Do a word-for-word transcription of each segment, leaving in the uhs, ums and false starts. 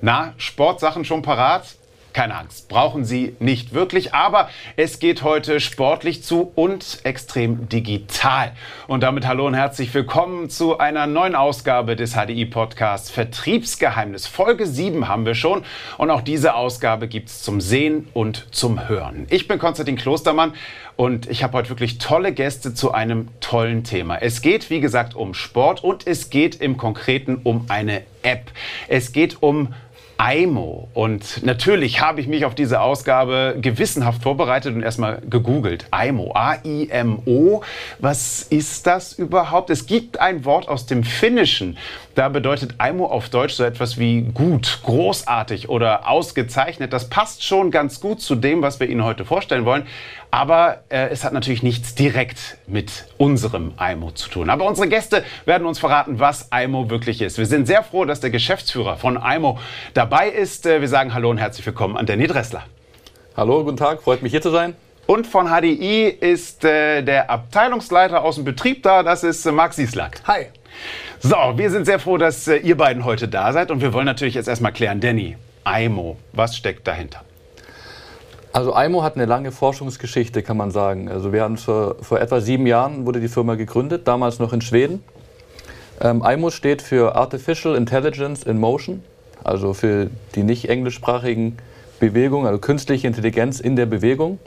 Na, Sportsachen schon parat? Keine Angst, brauchen Sie nicht wirklich, aber es geht heute sportlich zu und extrem digital. Und damit hallo und herzlich willkommen zu einer neuen Ausgabe des H D I-Podcasts Vertriebsgeheimnis. Folge sieben haben wir schon und auch diese Ausgabe gibt es zum Sehen und zum Hören. Ich bin Konstantin Klostermann und ich habe heute wirklich tolle Gäste zu einem tollen Thema. Es geht, wie gesagt, um Sport und es geht im Konkreten um eine App. Es geht um Aimo. Und natürlich habe ich mich auf diese Ausgabe gewissenhaft vorbereitet und erstmal gegoogelt. Aimo, A I M O. Was ist das überhaupt? Es gibt ein Wort aus dem Finnischen. Da bedeutet Aimo auf Deutsch so etwas wie gut, großartig oder ausgezeichnet. Das passt schon ganz gut zu dem, was wir Ihnen heute vorstellen wollen. Aber äh, es hat natürlich nichts direkt mit unserem Aimo zu tun. Aber unsere Gäste werden uns verraten, was Aimo wirklich ist. Wir sind sehr froh, dass der Geschäftsführer von Aimo dabei ist. Äh, wir sagen Hallo und herzlich willkommen an Danny Dressler. Hallo, guten Tag, freut mich hier zu sein. Und von H D I ist äh, der Abteilungsleiter aus dem Betrieb da, das ist äh, Marc Sieslak. Hi. So, wir sind sehr froh, dass äh, ihr beiden heute da seid und wir wollen natürlich jetzt erstmal klären, Danny, Aimo, was steckt dahinter? Also Aimo hat eine lange Forschungsgeschichte, kann man sagen. Also wir haben vor, vor etwa sieben Jahren wurde die Firma gegründet, damals noch in Schweden. Ähm, Aimo steht für Artificial Intelligence in Motion, also für die nicht englischsprachigen Bewegungen, also künstliche Intelligenz in der Bewegung.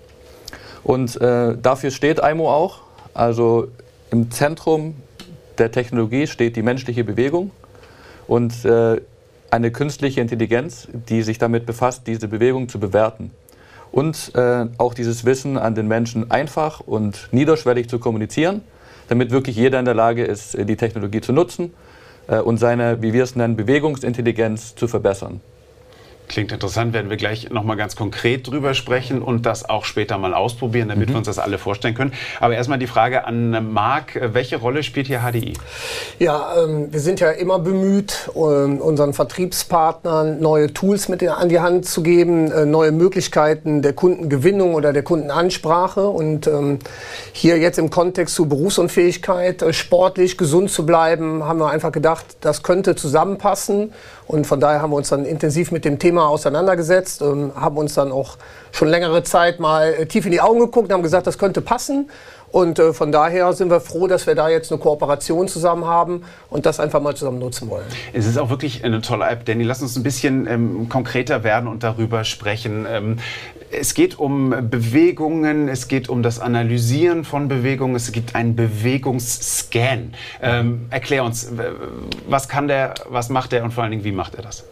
Und äh, dafür steht Aimo auch. Also im Zentrum der Technologie steht die menschliche Bewegung und äh, eine künstliche Intelligenz, die sich damit befasst, diese Bewegung zu bewerten. Und äh, auch dieses Wissen an den Menschen einfach und niederschwellig zu kommunizieren, damit wirklich jeder in der Lage ist, die Technologie zu nutzen äh, und seine, wie wir es nennen, Bewegungsintelligenz zu verbessern. Klingt interessant, werden wir gleich noch mal ganz konkret drüber sprechen und das auch später mal ausprobieren, damit mhm. wir uns das alle vorstellen können. Aber erstmal die Frage an Marc, welche Rolle spielt hier H D I? Ja, ähm, wir sind ja immer bemüht, um unseren Vertriebspartnern neue Tools mit an die Hand zu geben, äh, neue Möglichkeiten der Kundengewinnung oder der Kundenansprache. Und ähm, hier jetzt im Kontext zu Berufsunfähigkeit, äh, sportlich gesund zu bleiben, haben wir einfach gedacht, das könnte zusammenpassen. Und von daher haben wir uns dann intensiv mit dem Thema auseinandergesetzt, ähm, haben uns dann auch schon längere Zeit mal äh, tief in die Augen geguckt und haben gesagt, das könnte passen. Und äh, von daher sind wir froh, dass wir da jetzt eine Kooperation zusammen haben und das einfach mal zusammen nutzen wollen. Es ist auch wirklich eine tolle App, Danny. Lass uns ein bisschen ähm, konkreter werden und darüber sprechen. Ähm, es geht um Bewegungen, es geht um das Analysieren von Bewegungen, es gibt einen Bewegungsscan. Ähm, erklär uns, was kann der, was macht der und vor allen Dingen, wie macht er das?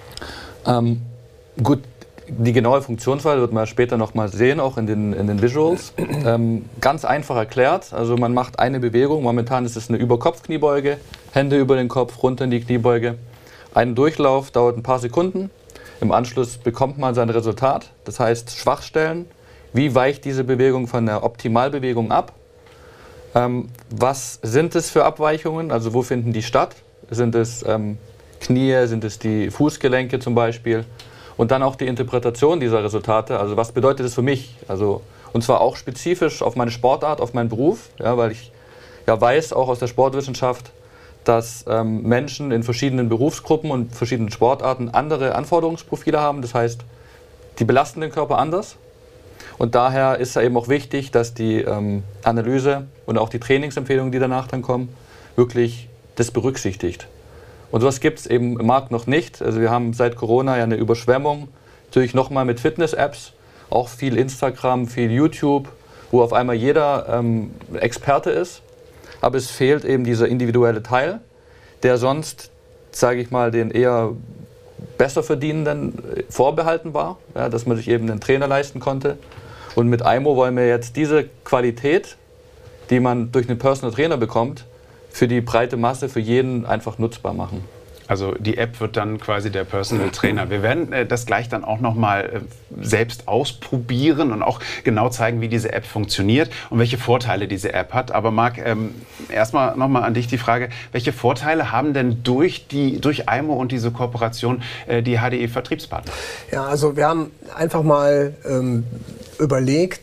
Ähm, gut. Die genaue Funktionsweise wird man später noch mal sehen, auch in den, in den Visuals. Ähm, ganz einfach erklärt, also man macht eine Bewegung, momentan ist es eine Über-Kopf-Kniebeuge, Hände über den Kopf, runter in die Kniebeuge. Ein Durchlauf dauert ein paar Sekunden, im Anschluss bekommt man sein Resultat, das heißt Schwachstellen, wie weicht diese Bewegung von der Optimalbewegung ab, ähm, was sind es für Abweichungen, also wo finden die statt, sind es ähm, Knie, sind es die Fußgelenke zum Beispiel. Und dann auch die Interpretation dieser Resultate, also was bedeutet das für mich? Also, und zwar auch spezifisch auf meine Sportart, auf meinen Beruf, ja, weil ich ja weiß, auch aus der Sportwissenschaft, dass ähm, Menschen in verschiedenen Berufsgruppen und verschiedenen Sportarten andere Anforderungsprofile haben. Das heißt, die belasten den Körper anders. Und daher ist es eben auch wichtig, dass die ähm, Analyse und auch die Trainingsempfehlungen, die danach dann kommen, wirklich das berücksichtigt. Und sowas gibt es eben im Markt noch nicht. Also wir haben seit Corona ja eine Überschwemmung, natürlich nochmal mit Fitness-Apps, auch viel Instagram, viel YouTube, wo auf einmal jeder ähm, Experte ist. Aber es fehlt eben dieser individuelle Teil, der sonst, sage ich mal, den eher besser verdienenden vorbehalten war, ja, dass man sich eben einen Trainer leisten konnte. Und mit Aimo wollen wir jetzt diese Qualität, die man durch einen Personal Trainer bekommt, für die breite Masse, für jeden einfach nutzbar machen. Also die App wird dann quasi der Personal Trainer. Wir werden äh, das gleich dann auch noch mal äh, selbst ausprobieren und auch genau zeigen, wie diese App funktioniert und welche Vorteile diese App hat. Aber Marc, ähm, erstmal noch mal an dich die Frage, welche Vorteile haben denn durch, die, durch Aimo und diese Kooperation äh, die H D I-Vertriebspartner? Ja, also wir haben einfach mal ähm, überlegt,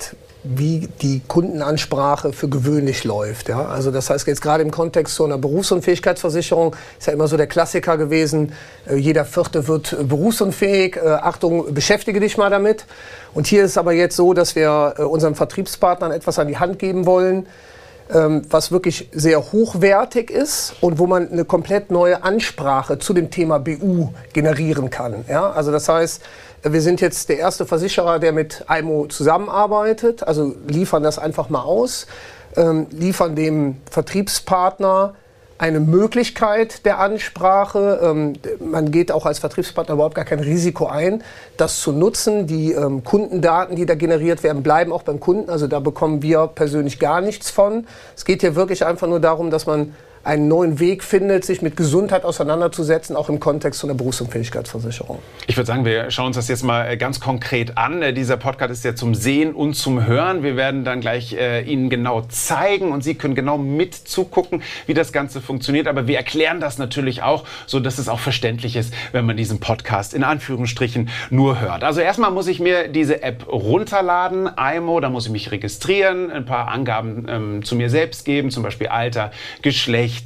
wie die Kundenansprache für gewöhnlich läuft. Ja? Also das heißt, jetzt gerade im Kontext so einer Berufsunfähigkeitsversicherung ist ja immer so der Klassiker gewesen, äh, jeder Vierte wird äh, berufsunfähig, äh, Achtung, beschäftige dich mal damit. Und hier ist es aber jetzt so, dass wir äh, unseren Vertriebspartnern etwas an die Hand geben wollen, ähm, was wirklich sehr hochwertig ist und wo man eine komplett neue Ansprache zu dem Thema B U generieren kann. Ja? Also das heißt, wir sind jetzt der erste Versicherer, der mit I M O zusammenarbeitet, also liefern das einfach mal aus, ähm, liefern dem Vertriebspartner eine Möglichkeit der Ansprache. Ähm, man geht auch als Vertriebspartner überhaupt gar kein Risiko ein, das zu nutzen. Die ähm, Kundendaten, die da generiert werden, bleiben auch beim Kunden. Also da bekommen wir persönlich gar nichts von. Es geht hier wirklich einfach nur darum, dass man einen neuen Weg findet, sich mit Gesundheit auseinanderzusetzen, auch im Kontext von der Berufsunfähigkeitsversicherung. Ich würde sagen, wir schauen uns das jetzt mal ganz konkret an. Dieser Podcast ist ja zum Sehen und zum Hören. Wir werden dann gleich äh, Ihnen genau zeigen und Sie können genau mit zugucken, wie das Ganze funktioniert. Aber wir erklären das natürlich auch, so dass es auch verständlich ist, wenn man diesen Podcast in Anführungsstrichen nur hört. Also erstmal muss ich mir diese App runterladen, I M O, da muss ich mich registrieren, ein paar Angaben ähm, zu mir selbst geben, zum Beispiel Alter, Geschlecht.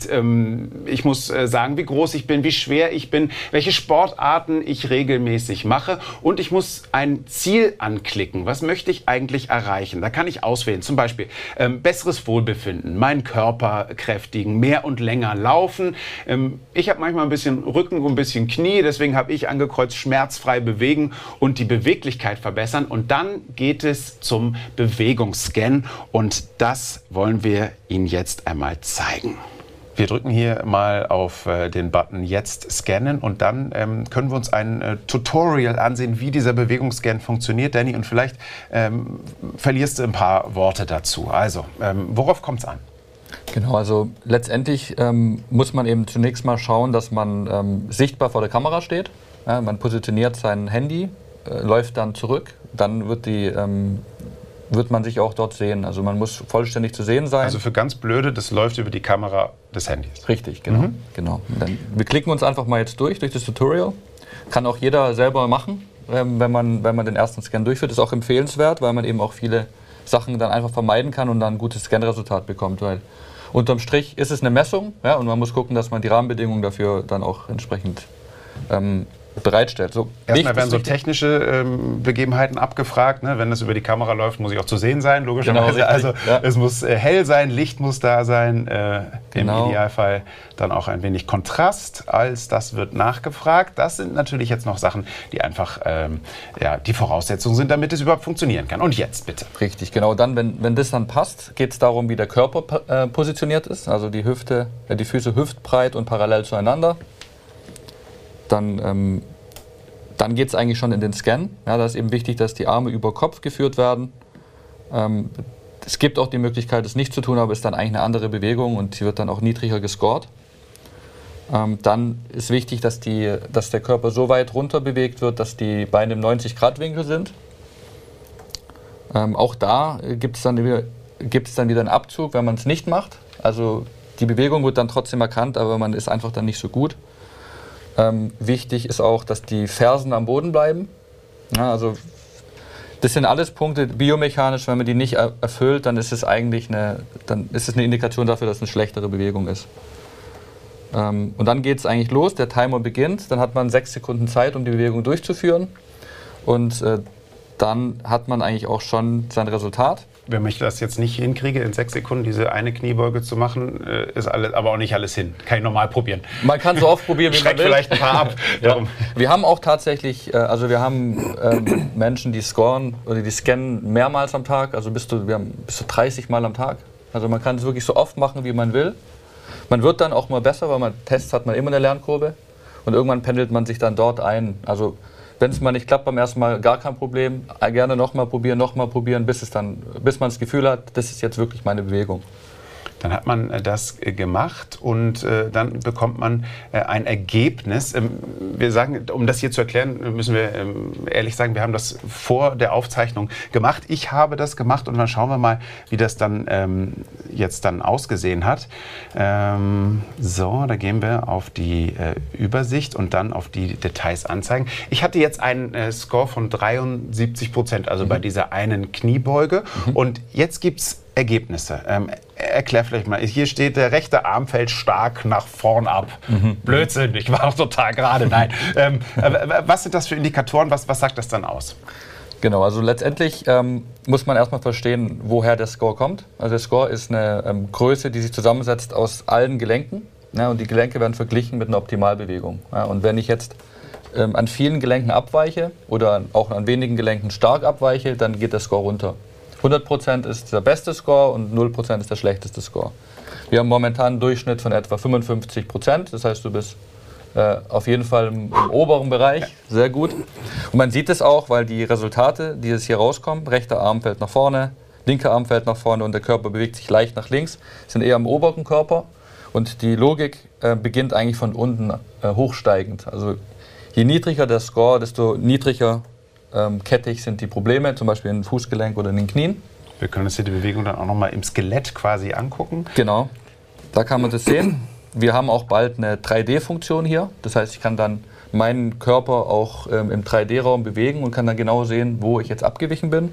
Ich muss sagen, wie groß ich bin, wie schwer ich bin, welche Sportarten ich regelmäßig mache und ich muss ein Ziel anklicken. Was möchte ich eigentlich erreichen? Da kann ich auswählen, zum Beispiel ähm, besseres Wohlbefinden, meinen Körper kräftigen, mehr und länger laufen. Ähm, ich habe manchmal ein bisschen Rücken und ein bisschen Knie, deswegen habe ich angekreuzt, schmerzfrei bewegen und die Beweglichkeit verbessern. Und dann geht es zum Bewegungsscan und das wollen wir Ihnen jetzt einmal zeigen. Wir drücken hier mal auf äh, den Button Jetzt scannen und dann ähm, können wir uns ein äh, Tutorial ansehen, wie dieser Bewegungsscan funktioniert. Danny, und vielleicht ähm, verlierst du ein paar Worte dazu. Also, ähm, worauf kommt es an? Genau, also letztendlich ähm, muss man eben zunächst mal schauen, dass man ähm, sichtbar vor der Kamera steht. Ja, man positioniert sein Handy, äh, läuft dann zurück, dann wird die... Ähm, wird man sich auch dort sehen. Also man muss vollständig zu sehen sein. Also für ganz Blöde, das läuft über die Kamera des Handys. Richtig, genau. Mhm. genau. Dann, wir klicken uns einfach mal jetzt durch, durch das Tutorial. Kann auch jeder selber machen, ähm, wenn, man, wenn man den ersten Scan durchführt. Ist auch empfehlenswert, weil man eben auch viele Sachen dann einfach vermeiden kann und dann ein gutes Scan-Resultat bekommt. Weil unterm Strich ist es eine Messung, ja, und man muss gucken, dass man die Rahmenbedingungen dafür dann auch entsprechend ähm, bereitstellt. So, erstmal werden so technische ähm, Begebenheiten abgefragt. Ne? Wenn das über die Kamera läuft, muss ich auch zu sehen sein, logischerweise. Genau, also ja. Es muss äh, hell sein, Licht muss da sein, äh, genau. Im Idealfall dann auch ein wenig Kontrast. Alles das wird nachgefragt. Das sind natürlich jetzt noch Sachen, die einfach ähm, ja, die Voraussetzungen sind, damit es überhaupt funktionieren kann. Und jetzt bitte. Richtig, genau. Dann, wenn, wenn das dann passt, geht es darum, wie der Körper äh, positioniert ist. Also die Hüfte, äh, die Füße hüftbreit und parallel zueinander. Dann, ähm, dann geht es eigentlich schon in den Scan. Ja, da ist eben wichtig, dass die Arme über Kopf geführt werden. Ähm, es gibt auch die Möglichkeit, es nicht zu tun, aber es ist dann eigentlich eine andere Bewegung und sie wird dann auch niedriger gescored. Ähm, dann ist wichtig, dass, die, dass der Körper so weit runter bewegt wird, dass die Beine im neunzig Grad Winkel sind. Ähm, auch da gibt es dann, gibt's dann wieder einen Abzug, wenn man es nicht macht. Also die Bewegung wird dann trotzdem erkannt, aber man ist einfach dann nicht so gut. Ähm, wichtig ist auch, dass die Fersen am Boden bleiben. Ja, also das sind alles Punkte biomechanisch, wenn man die nicht er erfüllt, dann ist es eigentlich eine, dann ist es eine Indikation dafür, dass es eine schlechtere Bewegung ist. Ähm, und dann geht es eigentlich los, der Timer beginnt, dann hat man sechs Sekunden Zeit, um die Bewegung durchzuführen und äh, dann hat man eigentlich auch schon sein Resultat. Wenn ich das jetzt nicht hinkriege, in sechs Sekunden diese eine Kniebeuge zu machen, ist alles, aber auch nicht alles hin. Kann ich normal probieren. Man kann so oft probieren, wie man will. Vielleicht ein paar ab. Ja. Wir haben auch tatsächlich, also wir haben ähm, Menschen, die scoren oder die scannen mehrmals am Tag, also bis zu, wir haben bis zu dreißig Mal am Tag. Also man kann es wirklich so oft machen, wie man will. Man wird dann auch mal besser, weil man Tests hat man immer eine Lernkurve und irgendwann pendelt man sich dann dort ein. Also wenn es mal nicht klappt beim ersten Mal, gar kein Problem. Gerne nochmal probieren, nochmal probieren, bis, es dann, bis man das Gefühl hat, das ist jetzt wirklich meine Bewegung. Dann hat man äh, das äh, gemacht und äh, dann bekommt man äh, ein Ergebnis. Ähm, wir sagen, um das hier zu erklären, müssen wir ähm, ehrlich sagen, wir haben das vor der Aufzeichnung gemacht. Ich habe das gemacht und dann schauen wir mal, wie das dann ähm, jetzt dann ausgesehen hat. Ähm, so, da gehen wir auf die äh, Übersicht und dann auf die Details anzeigen. Ich hatte jetzt einen äh, Score von dreiundsiebzig Prozent, also mhm. bei dieser einen Kniebeuge. Mhm. Und jetzt gibt es Ergebnisse. Ähm, erklär vielleicht mal. Hier steht, der rechte Arm fällt stark nach vorn ab. Mhm. Blödsinn, ich war auch total gerade. Nein. ähm, was sind das für Indikatoren? Was, was sagt das dann aus? Genau, also letztendlich ähm, muss man erstmal verstehen, woher der Score kommt. Also der Score ist eine ähm, Größe, die sich zusammensetzt aus allen Gelenken. Ja, und die Gelenke werden verglichen mit einer Optimalbewegung. Ja, und wenn ich jetzt ähm, an vielen Gelenken abweiche oder auch an wenigen Gelenken stark abweiche, dann geht der Score runter. hundert Prozent ist der beste Score und null Prozent ist der schlechteste Score. Wir haben momentan einen Durchschnitt von etwa fünfundfünfzig Prozent. Das heißt, du bist äh, auf jeden Fall im, im oberen Bereich. Sehr gut. Und man sieht es auch, weil die Resultate, die jetzt hier rauskommen, rechter Arm fällt nach vorne, linker Arm fällt nach vorne und der Körper bewegt sich leicht nach links, sind eher am oberen Körper. Und die Logik äh, beginnt eigentlich von unten äh, hochsteigend. Also je niedriger der Score, desto niedriger Ähm, kettig sind die Probleme, zum Beispiel im Fußgelenk oder in den Knien. Wir können uns hier die Bewegung dann auch nochmal im Skelett quasi angucken. Genau, da kann man das sehen. Wir haben auch bald eine drei D-Funktion hier. Das heißt, ich kann dann meinen Körper auch ähm, im drei D-Raum bewegen und kann dann genau sehen, wo ich jetzt abgewichen bin.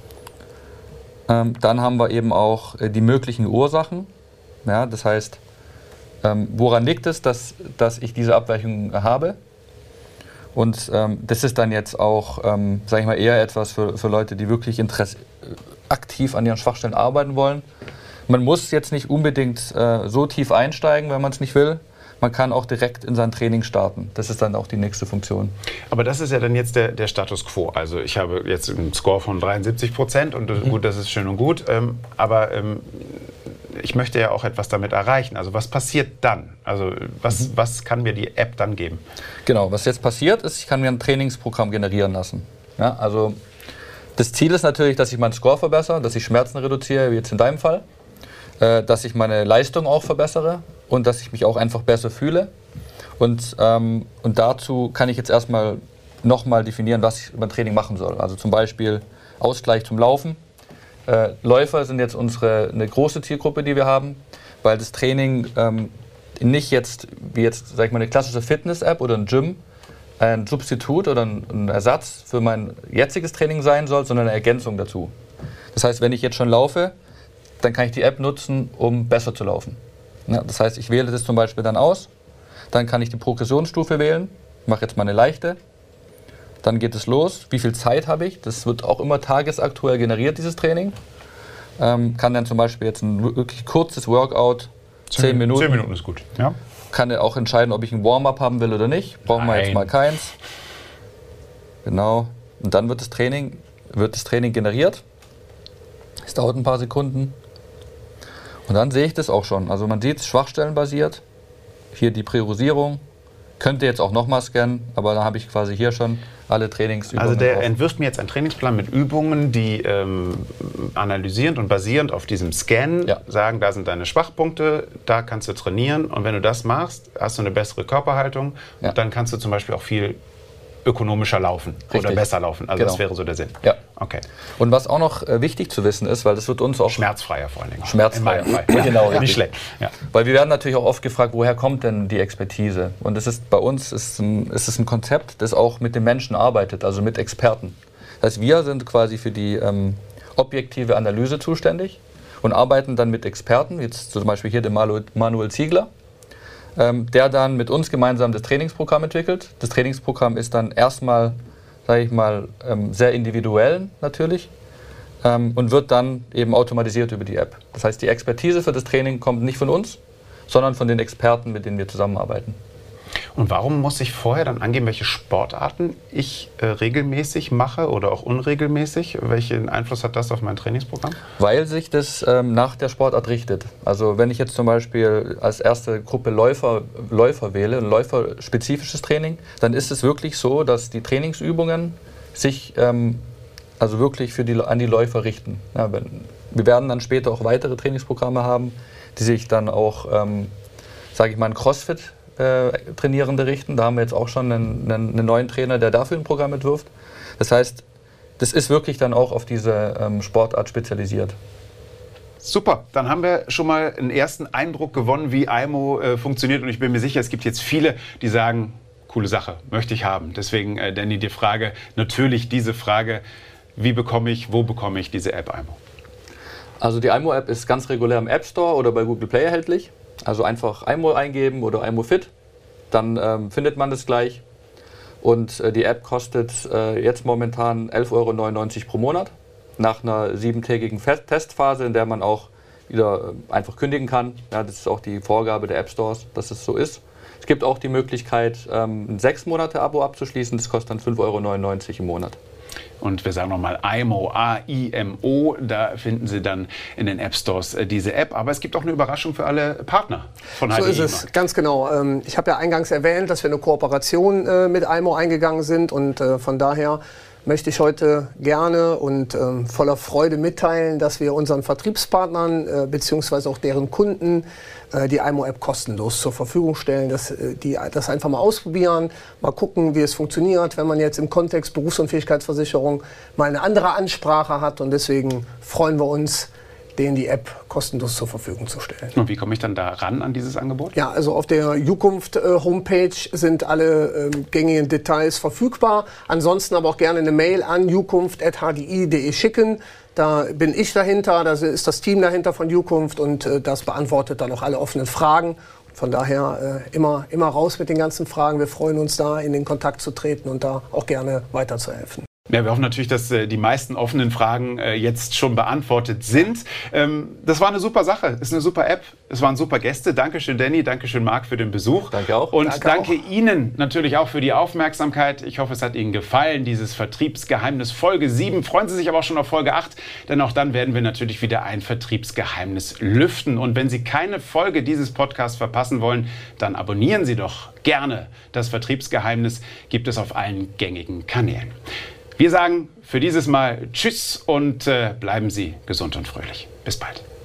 Ähm, dann haben wir eben auch äh, die möglichen Ursachen. Ja, das heißt, ähm, woran liegt es, dass, dass ich diese Abweichung habe? Und ähm, das ist dann jetzt auch, ähm, sage ich mal, eher etwas für, für Leute, die wirklich Interesse, aktiv an ihren Schwachstellen arbeiten wollen. Man muss jetzt nicht unbedingt äh, so tief einsteigen, wenn man es nicht will. Man kann auch direkt in sein Training starten. Das ist dann auch die nächste Funktion. Aber das ist ja dann jetzt der, der Status quo. Also ich habe jetzt einen Score von dreiundsiebzig Prozent und mhm. gut, das ist schön und gut. Ähm, aber ähm, ich möchte ja auch etwas damit erreichen. Also was passiert dann? Also was, mhm. was kann mir die App dann geben? Genau, was jetzt passiert ist, ich kann mir ein Trainingsprogramm generieren lassen. Ja, also das Ziel ist natürlich, dass ich meinen Score verbessere, dass ich Schmerzen reduziere, wie jetzt in deinem Fall, äh, dass ich meine Leistung auch verbessere und dass ich mich auch einfach besser fühle. Und, ähm, und dazu kann ich jetzt erstmal nochmal definieren, was ich beim Training machen soll. Also zum Beispiel Ausgleich zum Laufen. Äh, Läufer sind jetzt unsere eine große Zielgruppe, die wir haben, weil das Training ähm, nicht jetzt wie jetzt sag ich mal eine klassische Fitness-App oder ein Gym ein Substitut oder ein, ein Ersatz für mein jetziges Training sein soll, sondern eine Ergänzung dazu. Das heißt, wenn ich jetzt schon laufe, dann kann ich die App nutzen, um besser zu laufen. Ja, das heißt, ich wähle das zum Beispiel dann aus, dann kann ich die Progressionsstufe wählen, mache jetzt mal eine leichte. Dann geht es los. Wie viel Zeit habe ich? Das wird auch immer tagesaktuell generiert, dieses Training. Ähm, kann dann zum Beispiel jetzt ein wirklich kurzes Workout, zehn Minuten. zehn Minuten ist gut, ja. Kann auch entscheiden, ob ich ein Warm-up haben will oder nicht. Brauchen wir jetzt mal keins. Genau. Und dann wird das Training, wird das Training generiert. Es dauert ein paar Sekunden. Und dann sehe ich das auch schon. Also man sieht es schwachstellenbasiert. Hier die Priorisierung. Könnte jetzt auch nochmal scannen, aber dann habe ich quasi hier schon alle Trainingsübungen. Also der drauf. entwirft mir jetzt einen Trainingsplan mit Übungen, die ähm, analysierend und basierend auf diesem Scan ja. sagen, da sind deine Schwachpunkte, da kannst du trainieren und wenn du das machst, hast du eine bessere Körperhaltung ja. und dann kannst du zum Beispiel auch viel ökonomischer laufen Richtig. Oder besser laufen. Also genau. Das wäre so der Sinn. Ja. Okay. Und was auch noch äh, wichtig zu wissen ist, weil das wird uns auch... Schmerzfreier vor allen Dingen. Schmerzfreier. Ja. Genau, ja. Nicht schlecht. Ja. Weil wir werden natürlich auch oft gefragt, woher kommt denn die Expertise? Und es ist bei uns ist ein, ist es ein Konzept, das auch mit den Menschen arbeitet, also mit Experten. Das heißt, wir sind quasi für die ähm, objektive Analyse zuständig und arbeiten dann mit Experten, jetzt zum Beispiel hier den Manuel Ziegler, Ähm, der dann mit uns gemeinsam das Trainingsprogramm entwickelt. Das Trainingsprogramm ist dann erstmal, sage ich mal, ähm, sehr individuell natürlich ähm, und wird dann eben automatisiert über die App. Das heißt, die Expertise für das Training kommt nicht von uns, sondern von den Experten, mit denen wir zusammenarbeiten. Und warum muss ich vorher dann angeben, welche Sportarten ich äh, regelmäßig mache oder auch unregelmäßig? Welchen Einfluss hat das auf mein Trainingsprogramm? Weil sich das ähm, nach der Sportart richtet. Also wenn ich jetzt zum Beispiel als erste Gruppe Läufer, Läufer wähle, ein läuferspezifisches Training, dann ist es wirklich so, dass die Trainingsübungen sich ähm, also wirklich für die, an die Läufer richten. Ja, wenn, wir werden dann später auch weitere Trainingsprogramme haben, die sich dann auch, ähm, sage ich mal, an CrossFit-Trainierende äh, richten. Da haben wir jetzt auch schon einen, einen, einen neuen Trainer, der dafür ein Programm entwirft. Das heißt, das ist wirklich dann auch auf diese ähm, Sportart spezialisiert. Super, dann haben wir schon mal einen ersten Eindruck gewonnen, wie I M O äh, funktioniert. Und ich bin mir sicher, es gibt jetzt viele, die sagen, coole Sache, möchte ich haben. Deswegen, äh, Danny, die Frage, natürlich diese Frage, wie bekomme ich, wo bekomme ich diese App I M O? Also die I M O-App ist ganz regulär im App Store oder bei Google Play erhältlich. Also einfach I M O eingeben oder I M O Fit, dann ähm, findet man das gleich. Und äh, die App kostet äh, jetzt momentan elf Euro neunundneunzig pro Monat. Nach einer siebentägigen Testphase, in der man auch wieder äh, einfach kündigen kann. Ja, das ist auch die Vorgabe der App Stores, dass es so ist. Es gibt auch die Möglichkeit, ähm, ein sechs Monate Abo abzuschließen. Das kostet dann fünf Euro neunundneunzig im Monat. Und wir sagen nochmal I M O, A I M O, da finden Sie dann in den App Stores äh, diese App. Aber es gibt auch eine Überraschung für alle Partner von H D I. So ist es, ganz genau. Ähm, ich habe ja eingangs erwähnt, dass wir eine Kooperation äh, mit I M O eingegangen sind und äh, von daher möchte ich heute gerne und ähm, voller Freude mitteilen, dass wir unseren Vertriebspartnern äh, bzw. auch deren Kunden äh, die I M O-App kostenlos zur Verfügung stellen, dass äh, die das einfach mal ausprobieren, mal gucken, wie es funktioniert, wenn man jetzt im Kontext Berufsunfähigkeitsversicherung mal eine andere Ansprache hat. Und deswegen freuen wir uns, denen die App kostenlos zur Verfügung zu stellen. Und wie komme ich dann da ran an dieses Angebot? Ja, also auf der Jukunft-Homepage sind alle ähm, gängigen Details verfügbar. Ansonsten aber auch gerne eine Mail an jukunft at h d i punkt d e schicken. Da bin ich dahinter, da ist das Team dahinter von Jukunft und äh, das beantwortet dann auch alle offenen Fragen. Von daher äh, immer, immer raus mit den ganzen Fragen. Wir freuen uns da, in den Kontakt zu treten und da auch gerne weiterzuhelfen. Ja, wir hoffen natürlich, dass äh, die meisten offenen Fragen äh, jetzt schon beantwortet sind. Ähm, das war eine super Sache, ist eine super App, es waren super Gäste. Dankeschön, Danny, Dankeschön, Marc, für den Besuch. Danke auch. Und danke, danke auch. Ihnen natürlich auch für die Aufmerksamkeit. Ich hoffe, es hat Ihnen gefallen, dieses Vertriebsgeheimnis Folge sieben. Freuen Sie sich aber auch schon auf Folge acht, denn auch dann werden wir natürlich wieder ein Vertriebsgeheimnis lüften. Und wenn Sie keine Folge dieses Podcasts verpassen wollen, dann abonnieren Sie doch gerne. Das Vertriebsgeheimnis gibt es auf allen gängigen Kanälen. Wir sagen für dieses Mal Tschüss und äh, bleiben Sie gesund und fröhlich. Bis bald.